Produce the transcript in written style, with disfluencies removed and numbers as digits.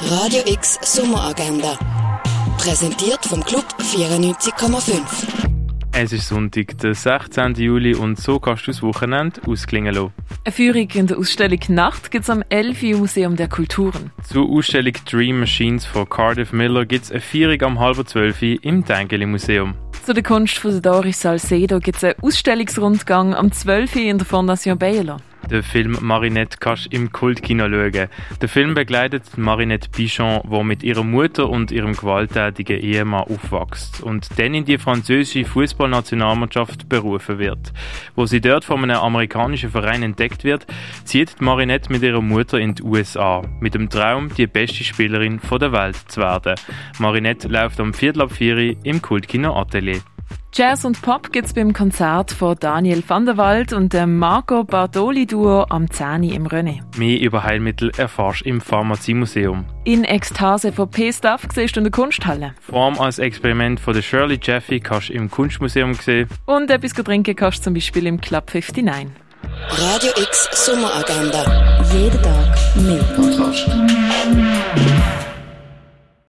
Radio X Sommeragenda. Präsentiert vom Club 94,5. Es ist Sonntag, der 16. Juli und so kannst du das Wochenende ausklingen lassen. Eine Führung in der Ausstellung Nacht gibt es am 11. Museum der Kulturen. Zur Ausstellung Dream Machines von Cardiff Miller gibt es eine Führung am 11:30 im Tengeli Museum. Zu der Kunst von Doris Salcedo gibt es einen Ausstellungsrundgang am 12. in der Fondation Baylor. Den Film Marinette kannst du im Kultkino schauen. Der Film begleitet Marinette Pichon, die mit ihrer Mutter und ihrem gewalttätigen Ehemann aufwächst und dann in die französische Fußballnationalmannschaft berufen wird. Wo sie dort von einem amerikanischen Verein entdeckt wird, zieht Marinette mit ihrer Mutter in die USA, mit dem Traum, die beste Spielerin der Welt zu werden. Marinette läuft um 3:45 im Kultkino Atelier. Jazz und Pop gibt es beim Konzert von Daniel van der Wald und dem Marco Bartoli-Duo am 10. im René. Mehr über Heilmittel erfährst du im Pharmaziemuseum. In Ekstase von P-Stuff siehst du in der Kunsthalle. Form als Experiment von der Shirley Jaffe kannst du im Kunstmuseum sehen. Und etwas trinken kannst du zum Beispiel im Club 59. Radio X Sommeragenda. Jeden Tag mehr.